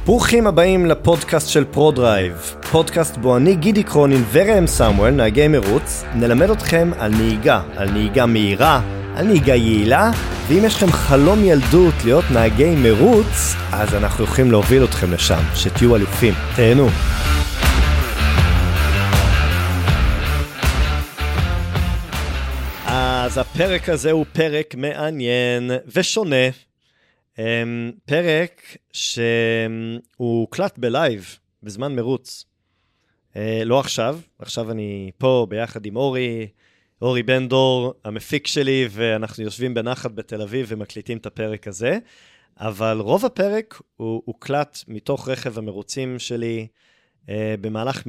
ברוכים הבאים לפודקאסט של פרודרייב, פודקאסט בו אני גידי קרונין וראם סמואל, נהגי מרוץ, נלמד אתכם על נהיגה מהירה, על נהיגה יעילה, ואם יש לכם חלום ילדות להיות נהגי מרוץ, אז אנחנו יכולים להוביל אתכם לשם, שתהיו אלופים, תהנו. אז הפרק הזה הוא פרק מעניין ושונה, פרק שהוא קלט בלייב, בזמן מרוץ. לא עכשיו אני פה ביחד עם אורי בן דור, המפיק שלי, ואנחנו יושבים בנחת בתל אביב ומקליטים את הפרק הזה, אבל רוב הפרק הוא קלט מתוך רכב המרוצים שלי במהלך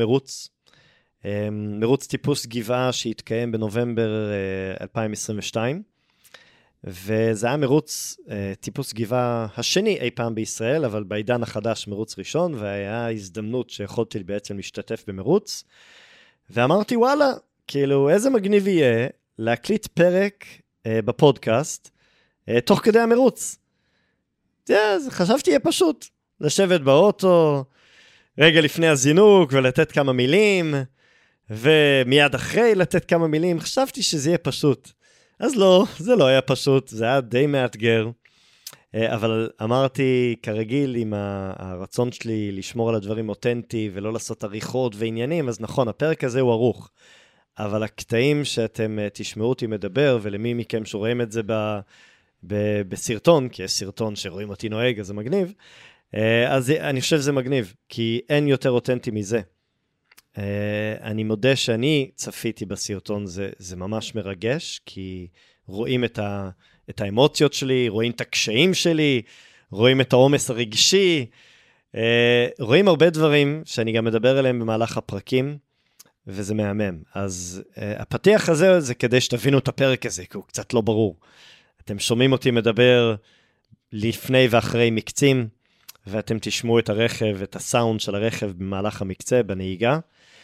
מרוץ טיפוס גבעה שהתקיים בנובמבר 2022, וזה היה מרוץ טיפוס גבעה השני אי פעם בישראל, אבל בעידן החדש מרוץ ראשון, והיה הזדמנות שיכולתי בעצם להשתתף במרוץ, ואמרתי וואלה, כאילו איזה מגניב יהיה להקליט פרק בפודקאסט תוך כדי המרוץ. חשבתי יהיה פשוט לשבת באוטו רגע לפני הזינוק ולתת כמה מילים, ומיד אחרי לתת כמה מילים. חשבתי שזה יהיה פשוט. אז לא, זה לא היה פשוט, זה היה די מאתגר, אבל אמרתי כרגיל עם הרצון שלי לשמור על הדברים אותנטי ולא לעשות עריכות ועניינים, אז נכון, הפרק הזה הוא ערוך, אבל הקטעים שאתם תשמעו אותי מדבר, ולמי מכם שרואים את זה בסרטון, כי יש סרטון שרואים אותי נוהג, אז זה מגניב, אז אני חושב שזה מגניב, כי אין יותר אותנטי מזה. אני מודה שאני צפיתי בסרטון, זה ממש מרגש, כי רואים את האמוציות שלי, רואים את הקשיים שלי, רואים את העומס הרגשי, רואים הרבה דברים שאני גם מדבר עליהם במהלך הפרקים, וזה מהמם. אז הפתיח הזה זה כדי שתבינו את הפרק הזה, כי הוא קצת לא ברור. אתם שומעים אותי מדבר לפני ואחרי מקצים, ואתם תשמעו את הרכב, את הסאונד של הרכב במהלך המקצה, בנהיגה,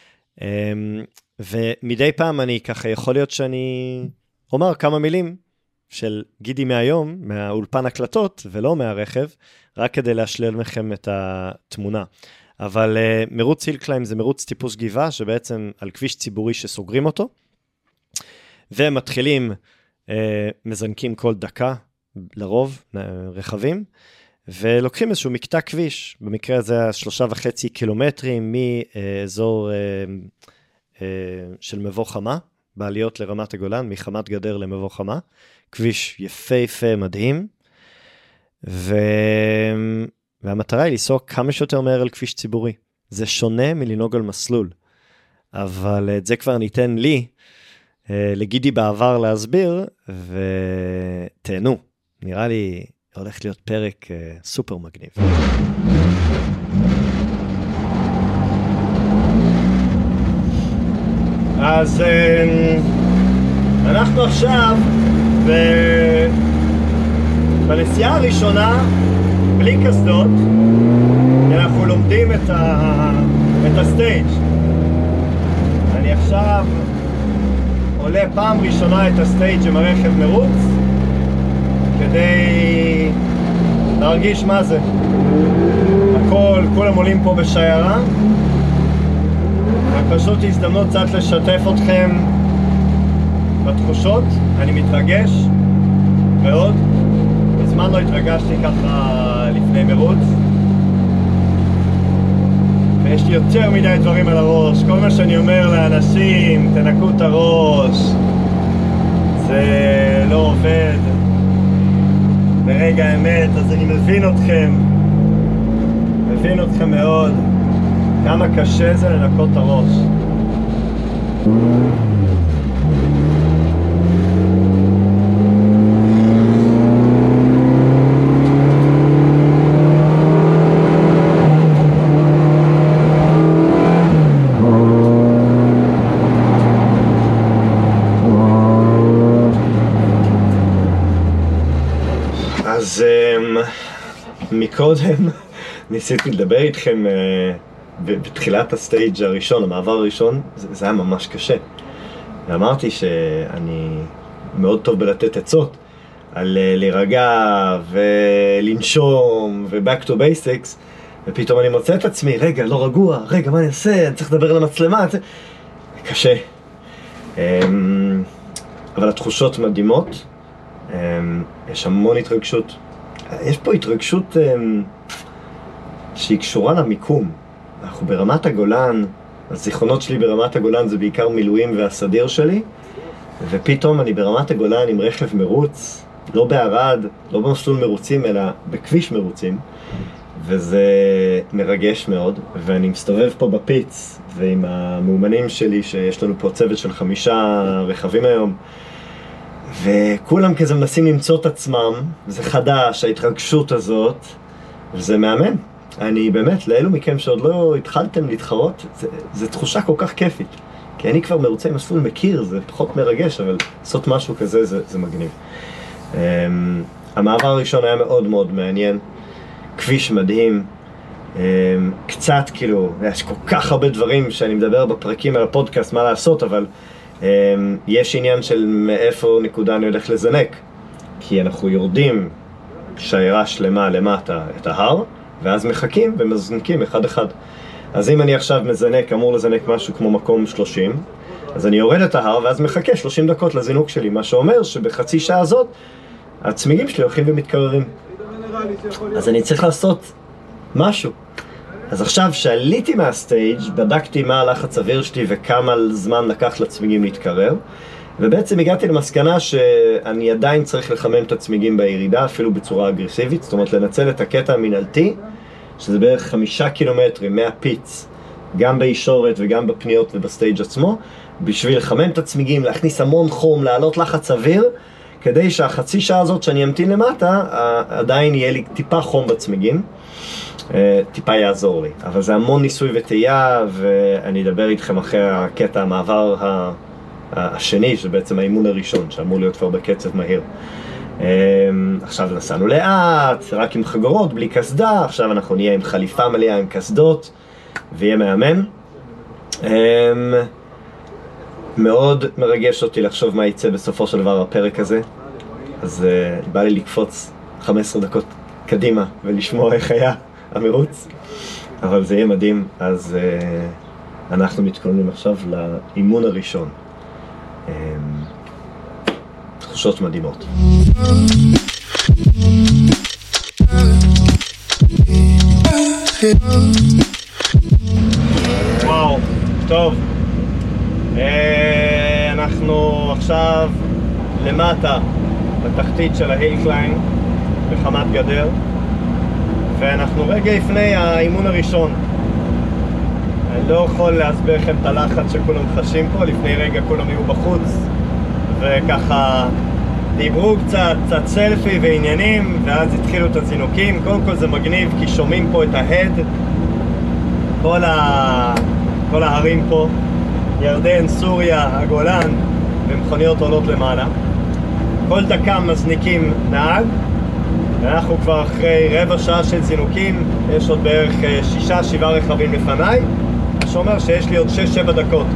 ומדי פעם אני ככה יכול להיות שאני אומר כמה מילים של גידי מהיום, מהאולפן הקלטות ולא מהרכב, רק כדי להשליל לכם את התמונה. אבל מרוץ היל קליימב זה מרוץ טיפוס גבעה, שבעצם על כביש ציבורי שסוגרים אותו, ומתחילים, מזנקים כל דקה, לרוב רכבים, ולוקחים איזשהו מקטע כביש, במקרה הזה 3.5 קילומטרים מאזור של מבוא חמה, בעליות לרמת הגולן, מחמת גדר למבוא חמה, כביש יפה מדהים, והמטרה היא לנסוע כמה שיותר מהר על כביש ציבורי. זה שונה מלנהוג על מסלול, אבל את זה כבר ניתן לי, לגידי בעבר להסביר, ותהנו, נראה לי הולך להיות פרק סופר מגניב. אז אנחנו עכשיו בנסיעה הראשונה, בלי קסדות, אנחנו לומדים את הסטייג'. אני עכשיו עולה פעם ראשונה את הסטייג' עם הרכב מרוץ, כדי להרגיש מה זה. כולם עולים פה בשיירה, ופשוט הזדמנות קצת לשתף אתכם בתחושות. אני מתרגש מאוד, בזמן לא התרגשתי ככה לפני מרוץ, ויש לי יותר מדי דברים על הראש. כל מה שאני אומר לאנשים, תנקו את הראש, זה לא עובד ברגע האמת. אז אני מבין אתכם מאוד, כמה קשה זה לנקות את הראש. אז מקודם ניסיתי לדבר איתכם בתחילת הסטייג' הראשון, המעבר הראשון, זה היה ממש קשה. ואמרתי שאני מאוד טוב בלתת עצות על להירגע ולנשום ו-back to basics, ופתאום אני מוצא את עצמי, רגע, לא רגוע, רגע, מה אני אעשה? אני צריך לדבר על המצלמה, קשה. אבל התחושות מדהימות, יש המון התרגשות. יש פה התרגשות שהיא קשורה למיקום. אנחנו ברמת הגולן, הזיכרונות שלי ברמת הגולן זה בעיקר מילואים והסדיר שלי, ופתאום אני ברמת הגולן עם רכב מרוץ, לא בערד, לא במסלול מרוצים, אלא בכביש מרוצים, וזה מרגש מאוד, ואני מסתובב פה בפיץ, ועם המאומנים שלי, שיש לנו פה צוות של 5 רכבים היום, וכולם כזה מנסים למצוא את עצמם, זה חדש, ההתרגשות הזאת, וזה מאמן. אני באמת, לאלו מכם שעוד לא התחלתם להתחרות, זה תחושה כל כך כיפית. כי אני כבר מרוצה עם מסלול מכיר, זה פחות מרגש, אבל לעשות משהו כזה זה מגניב. המעבר הראשון היה מאוד מאוד מעניין, כביש מדהים, קצת כאילו, יש כל כך הרבה דברים שאני מדבר בפרקים על הפודקאסט, מה לעשות, אבל יש עניין של מאיפה נקודה אני הולך לזנק, כי אנחנו יורדים שיירה שלמה למטה את ההר, ואז מחכים ומזנקים אחד אחד. אז אם אני עכשיו מזנק, אמור לזנק משהו כמו מקום 30, אז אני יורד את ההר ואז מחכה 30 דקות לזינוק שלי, מה שאומר שבחצי שעה הזאת הצמיגים שלי הולכים ומתקררים. אז אני צריך לעשות משהו. אז עכשיו שעליתי מהסטייג' בדקתי מה הלחץ אוויר שלי וכמה זמן לקח לצמיגים להתקרר, ובעצם הגעתי למסקנה שאני עדיין צריך לחמם את הצמיגים בירידה, אפילו בצורה אגרסיבית, זאת אומרת לנצל את הקטע המנהלתי, שזה בערך 5 קילומטרים מהפיץ, גם בישורת וגם בפניות ובסטייג' עצמו, בשביל לחמם את הצמיגים, להכניס המון חום, להעלות לחץ אוויר, כדי שהחצי שעה הזאת שאני אמתין למטה, עדיין יהיה לי טיפה חום בצמיגים, טיפה יעזור לי. אבל זה המון ניסוי וטעייה, ואני אדבר איתכם אחרי הקטע המעבר השני, שבעצם האימון הראשון, שאמור להיות כבר בקצב מהיר. עכשיו נסענו לאט, רק עם חגורות, בלי קסדה, עכשיו אנחנו נהיה עם חליפה מלאה עם קסדות, ויהיה מאמן. מאוד מרגש אותי לחשוב מה יצא בסופו של דבר הפרק הזה, אז בא לי לקפוץ 15 דקות קדימה ולשמוע איך היה המרוץ, אבל זה יהיה מדהים. אז אנחנו מתכוננים עכשיו לאימון הראשון. תחושות מדהימות. וואו, טוב. אנחנו עכשיו למטה בתחתית של ההילקליין בחמת גדר, ואנחנו רגע לפני האימון הראשון. אני לא יכול להסביר לכם את הלחץ שכולם חשים פה. לפני רגע כולם היו בחוץ וככה דיברו קצת סלפי ועניינים, ואז התחילו את הזינוקים. קודם כל זה מגניב כי שומעים פה את ההד, כל ההרים פה, ירדן, סוריה, הגולן, ומכוניות עולות למעלה. כל דקה מזניקים נהג, ואנחנו כבר אחרי רבע שעה של זינוקים, יש עוד בערך 6-7 רכבים לפניי, שאומר שיש לי עוד 6-7 דקות.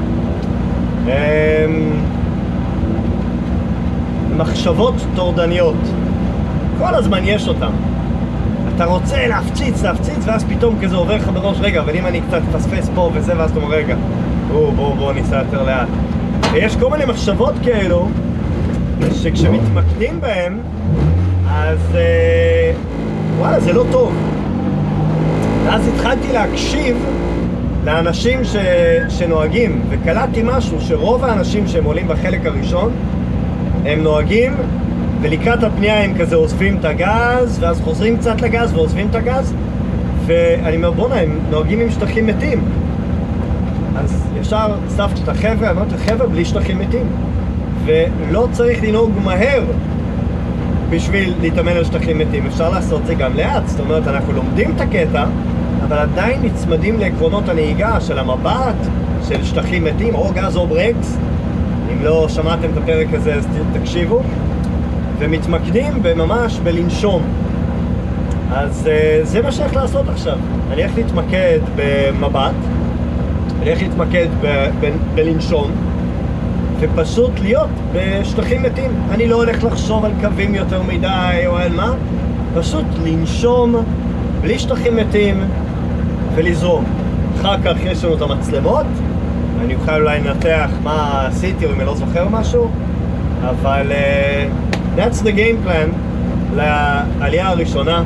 מחשבות טורדניות, כל הזמן יש אותם. אתה רוצה להפציץ, ואז פתאום כזה עובר לך בראש, רגע, אבל אם אני קצת פספס פה וזה, ואז אתה אומר, רגע, בואו ניסע יותר לאט. ויש כל מיני מחשבות כאלו, שכשמתמקדים בהם, אז וואלה, זה לא טוב. ואז התחלתי להקשיב לאנשים שנוהגים, וקלטתי משהו שרוב האנשים שהם עולים בחלק הראשון, הם נוהגים, ולקראת הפנייה הם כזה עוזבים את הגז, ואז חוזרים קצת לגז ועוזבים את הגז, ואני אומר, בונה, הם נוהגים עם שטחים מתים. אז ישר אספתי את החבר'ה, אמרתי, חבר'ה, בלי שטחים מתים. ולא צריך לנהוג מהר בשביל להתאמן על שטחים מתים. אפשר לעשות זה גם לאט. זאת אומרת, אנחנו לומדים את הקטע, אבל עדיין נצמדים לעקרונות הנהיגה של המבט, של שטחים מתים, או גז או ברקס. אם לא שמעתם את הפרק הזה, אז תקשיבו. ומתמקדים ממש בלנשום. אז זה מה שאני הולך לעשות עכשיו. אני הולך להתמקד במבט, אני הולך להתמקד בלנשום, ופשוט להיות בשטחים מתים. אני לא הולך לחשוב על קווים יותר מדי או על מה, פשוט לנשום בלי שטחים מתים ולזרום. אחר כך יש לנו את המצלמות, אני אוכל אולי לנתח מה עשיתי או אם אני לא זוכר משהו, אבל that's the game plan לעלייה הראשונה,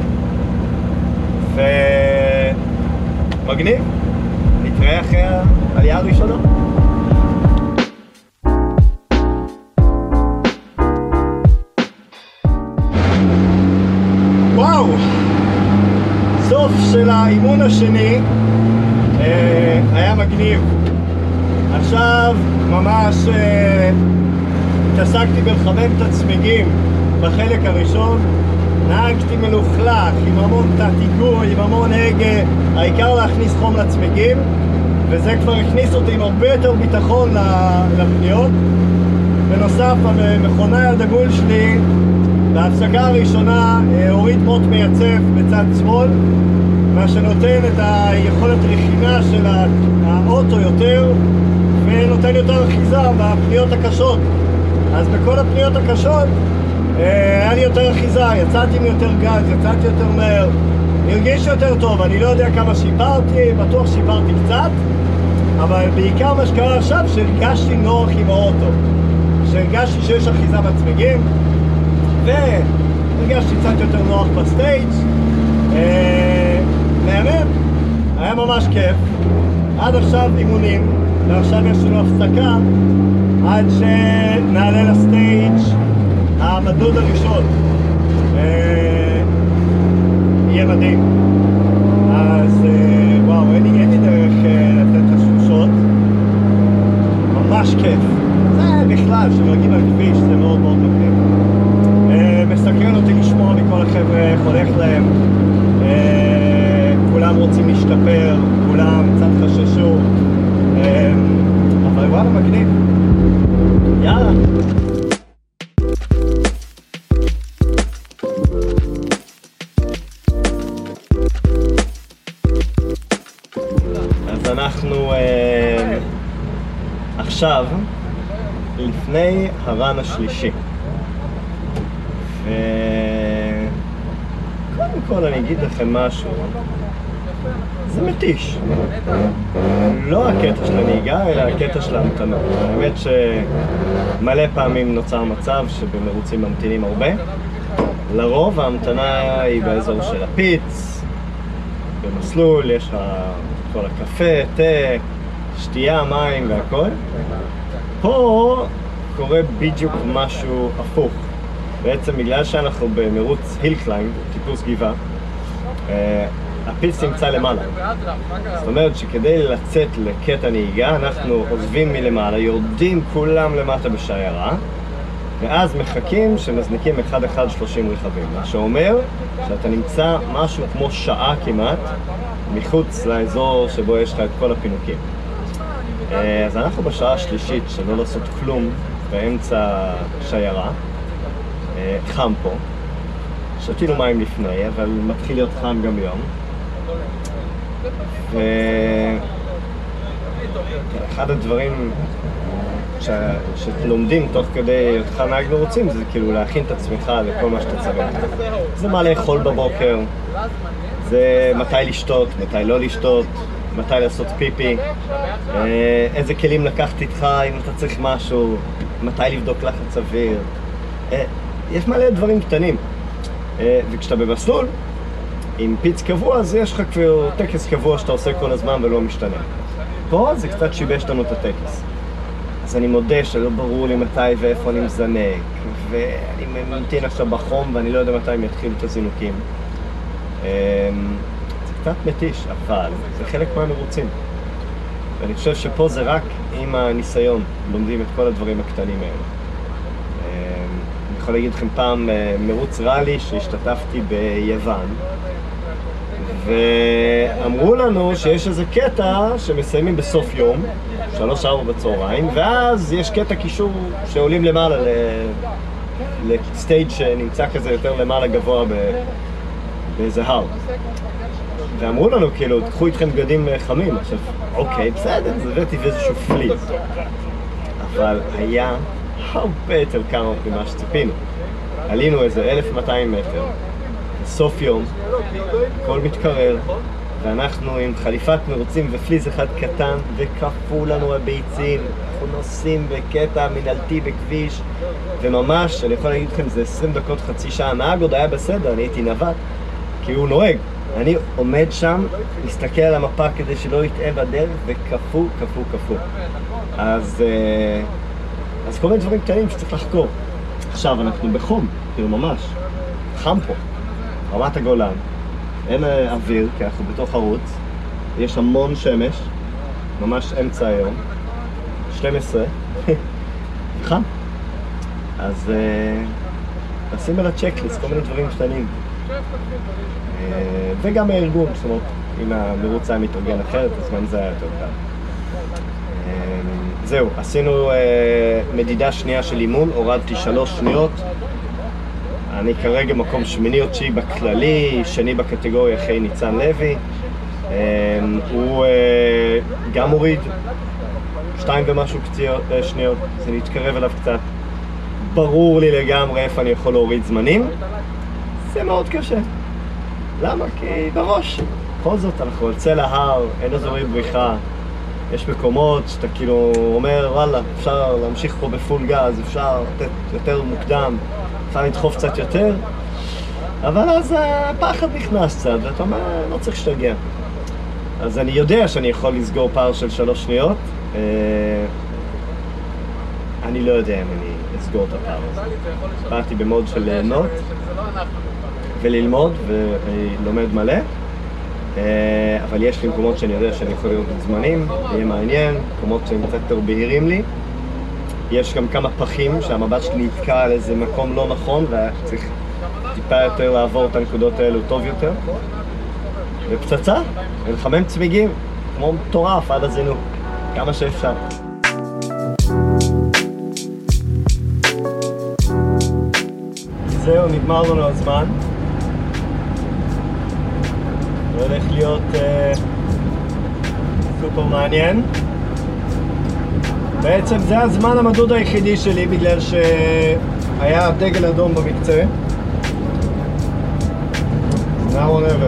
ומגניב, נתראה אחרי העלייה הראשונה. וואו, סוף של האימון השני היה מגניב. עכשיו ממש התעסקתי בלחמם את הצמיגים בחלק הראשון. נהגתי מלוכלך עם המון תת-היגוי, עם המון הגה, העיקר להכניס חום לצמיגים, וזה כבר הכניס אותי עם הרבה יותר ביטחון לפניות. בנוסף, המכונאי הדגול שלי בהפסקה הראשונה הוריד מוט מייצב בצד שמאל, מה שנותן את היכולת רכינה של האוטו יותר ונותן יותר אחיזה בפניות הקשות. אז בכל הפניות הקשות היה לי יותר אחיזה, יצאתי עם יותר גז, יצאתי יותר מהר, הרגיש יותר טוב. אני לא יודע כמה שיפרתי, בטוח שיפרתי קצת, אבל בעיקר מה שקרה עכשיו שהרגשתי נוח עם האוטו, שהרגשתי שיש אחיזה בצמיגים והרגשתי קצת יותר נוח בסטייג'. מהמם, היה ממש כיף. עד עכשיו אימונים, ועכשיו יש לנו הפסקה עד שנעלה לסטייג' המדוד הראשון. יהיה מדהים. אז וואו, אין לי דרך לתת את השלושות. ממש כיף. זה בכלל, שמגיעים על כביש, זה מאוד מאוד מגניב. מסקרן אותי לשמוע מכל החבר'ה איך הולך להם. כולם רוצים להשתפר, כולם קצת חששו, אבל וואלה, מגניב. יאללה. אז אנחנו עכשיו לפני הרן השלישי. קודם כל אני אגיד לכם משהו, זה מתיש. לא הקטע של הנהיגה, אלא הקטע של ההמתנה. האמת שמלא פעמים נוצר מצב שבמרוצים ממתינים הרבה. לרוב ההמתנה היא באזור של הפיץ, במסלול, יש לך כל הקפה, תה, שתייה, מים והכל. פה קורה בדיוק משהו הפוך. בעצם בגלל שאנחנו במרוץ היל קליימב, טיפוס גבעה, הפיץ נמצא למעלה. זאת אומרת שכדי לצאת לקטע נהיגה אנחנו עוזבים מלמעלה, יורדים כולם למטה בשיירה, ואז מחכים שמזניקים אחד 30 רכבים, מה שאומר שאתה נמצא משהו כמו שעה כמעט מחוץ לאזור שבו יש לך את כל הפינוקים. אז אנחנו בשעה השלישית שלא לעשות כלום באמצע שיירה. חם פה, שתינו מים לפני, אבל מתחיל להיות חם גם יום. ואחד הדברים שלומדים תוך כדי אותך נהג מרוצים זה כאילו להכין את עצמך לכל מה שאתה צריך. זה מה לאכול בבוקר, זה מתי לשתות, מתי לא לשתות, מתי לעשות פיפי, איזה כלים לקחת איתך אם אתה צריך משהו, מתי לבדוק לחץ אוויר. יש מלא דברים קטנים, וכשאתה במסלול עם פיץ קבוע אז יש לך כבר טקס קבוע שאתה עושה כל הזמן ולא משתנה. פה זה קצת שיבש לנו את הטקס, אז אני מודה שלא ברור לי מתי ואיפה אני מזנק, ואני ממתין עכשיו בחום ואני לא יודע מתי הם יתחילו את הזינוקים. זה קצת מתיש, אבל זה חלק מהמרוצים, ואני חושב שפה זה רק עם הניסיון לומדים את כל הדברים הקטנים האלה. אני יכול להגיד לכם פעם מרוץ ראלי שהשתתפתי ביוון, ואמרו לנו שיש איזה קטע שמסיימים בסוף יום, 3-4 בצהריים, ואז יש קטע קישור שעולים למעלה לסטייג' שנמצא כזה יותר למעלה גבוה באיזה הר. ואמרו לנו כאילו, תקחו איתכם בגדים חמים. עכשיו, אוקיי, בסדר, זה הבאתי באיזשהו פליז. אבל היה הרבה יותר קר ממה שציפינו. עלינו איזה 1200 מטר, סוף יום, הכל מתקרר, ואנחנו עם חליפת מרוצים ופליז אחד קטן, וקפו לנו הביצים, אנחנו נוסעים בקטע מנהלתי בכביש, וממש, אני יכול להגיד לכם, זה 20 דקות, חצי שעה, הנהג עוד היה בסדר, אני הייתי נווט, כי הוא נוהג. אני עומד שם, מסתכל על המפה כדי שלא יטעה בדרך, וקפו. אז כל מיני דברים קטנים שצריך לחקור. עכשיו אנחנו בחום, כאילו ממש, חם פה, רמת הגולן, אין אוויר כי אנחנו בתוך ערוץ, יש המון שמש, ממש אמצע היום, 12, חם. אז נשים על הצ'קליסט כל מיני דברים קטנים. וגם הארגון, זאת אומרת, אם המרוץ היה מתארגן אחרת, אז גם זה היה יותר קל. זהו, עשינו מדידה שנייה של אימון, הורדתי 3 שניות. אני כרגע מקום שמיני או תשיעי בכללי, שני בקטגוריה אחרי ניצן לוי. הוא גם הוריד 2 ומשהו שניות, זה נתקרב אליו קצת. ברור לי לגמרי איפה אני יכול להוריד זמנים. זה מאוד קשה. למה? כי בראש. בכל זאת, אנחנו על צל ההר, אין אזורי בריחה. יש מקומות שאתה כאילו אומר, וואלה, אפשר להמשיך פה בפול גז, אפשר לתת יותר מוקדם, אפשר לדחוף קצת יותר, אבל אז הפחד נכנס קצת, ואתה אומר, לא צריך שתגיע. אז אני יודע שאני יכול לסגור פער של 3 שניות, אני לא יודע אם אני אסגור את הפער הזה. באתי במוד של ליהנות וללמוד, ואני לומד מלא. אבל יש לי מקומות שאני יודע שאני יכול לראות את זמנים, יהיה מעניין, מקומות שהם קצת יותר בהירים לי. יש גם כמה פחים שהמבט שלי נתקע על איזה מקום לא נכון, וצריך טיפה יותר לעבור את הנקודות האלו טוב יותר. ופצצה, ולחמם צמיגים, כמו מטורף עד הזינוק, כמה שאפשר. זהו, נגמר לנו הזמן. זה הולך להיות סופר מעניין. בעצם זה הזמן המדוד היחידי שלי בגלל שהיה דגל אדום במקצה. Now or never.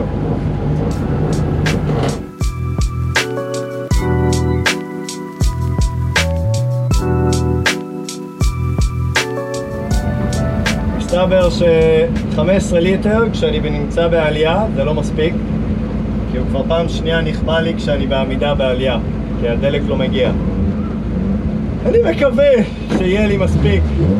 מסתבר ש-15 ליטר כשאני נמצא בעלייה זה לא מספיק, כי הוא כבר פעם שנייה נכבה לי כשאני בעמידה בעלייה, כי הדלק לא מגיע. אני מקווה שיהיה לי מספיק.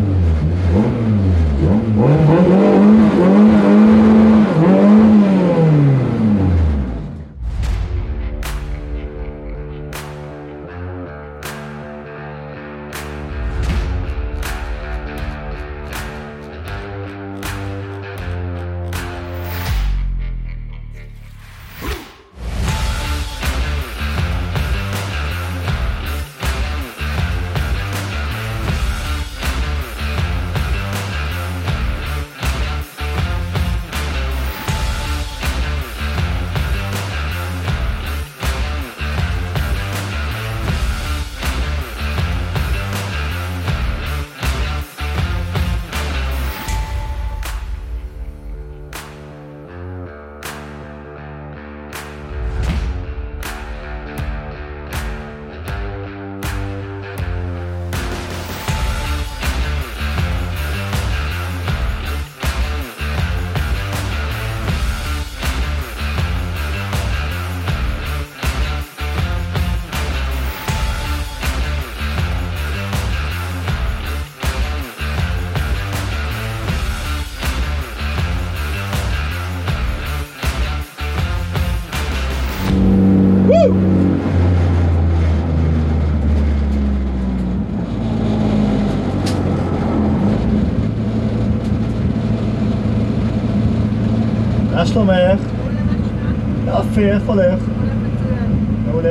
מה שלומך? יופי, איך הולך? מעולה.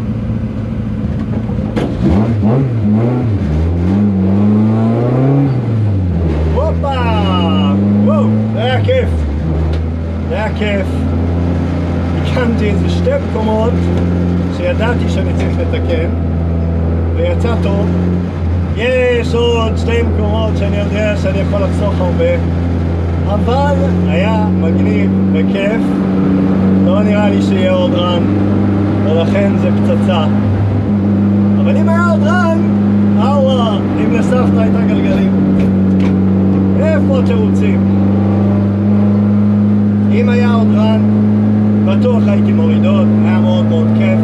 הופה! וואו, זה היה כיף. זה היה כיף. הקמתי איזה 2 מקומות שידעתי שאני צריך לתקן, ויצא טוב. יש עוד 2 מקומות שאני יודע שאני יכול לחסוך הרבה. אבל היה מגניב וכיף. לא נראה לי שיהיה עוד רן, ולכן זה פצצה. אבל אם היה עוד רן, אם לסבתא הייתה גלגלים. איפה תירוצים? אם היה עוד רן, בטוח הייתי מורידות, היה מאוד מאוד כיף.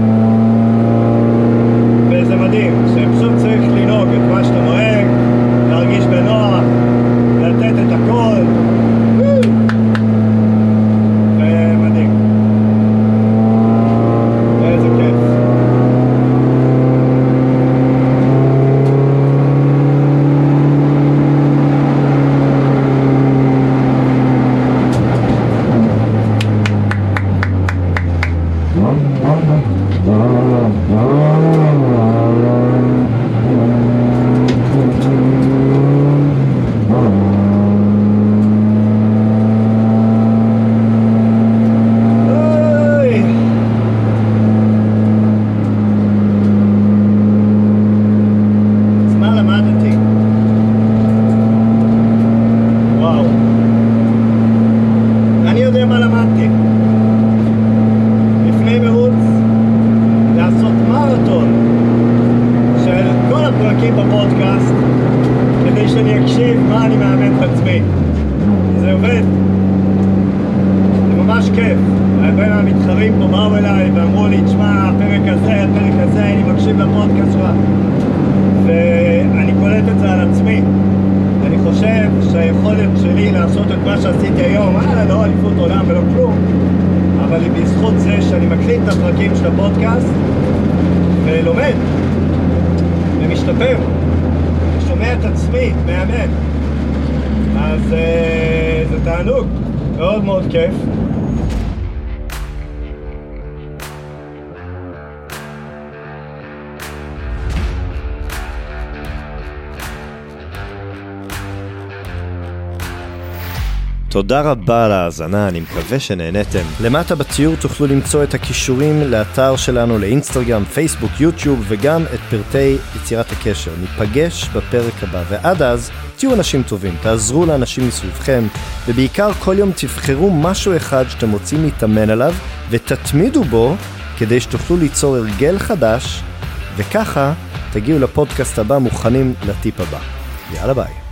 וזה מדהים, שפשוט צריך לנהוג את מה שאתה נוהג, להרגיש בנוח, לתת את הכל. ומדהים. איזה כיף. בפודקאסט כדי שאני אקשיב מה אני מאמן את עצמי. זה עובד. זה ממש כיף. הרבה מהמתחרים פה באו אליי ואמרו לי, תשמע, הפרק הזה, אני מקשיב לפודקאסט שלך. ואני קולט את זה על עצמי. אני חושב שהיכולת שלי לעשות את מה שעשיתי היום, לא אליפות עולם ולא כלום, אבל היא בזכות זה שאני מקליט את הפרקים של הפודקאסט ולומד. ומשתפר, ושומע את עצמי, מאמן. אז זה תענוג, מאוד מאוד כיף. תודה רבה על ההאזנה, אני מקווה שנהנתם. למטה בתיאור תוכלו למצוא את הכישורים לאתר שלנו, לאינסטגרם, פייסבוק, יוטיוב, וגם את פרטי יצירת הקשר. ניפגש בפרק הבא, ועד אז תהיו אנשים טובים, תעזרו לאנשים מסביבכם, ובעיקר כל יום תבחרו משהו אחד שאתם רוצים להתאמן עליו, ותתמידו בו כדי שתוכלו ליצור הרגל חדש, וככה תגיעו לפודקאסט הבא מוכנים לטיפ הבא. יאללה ביי.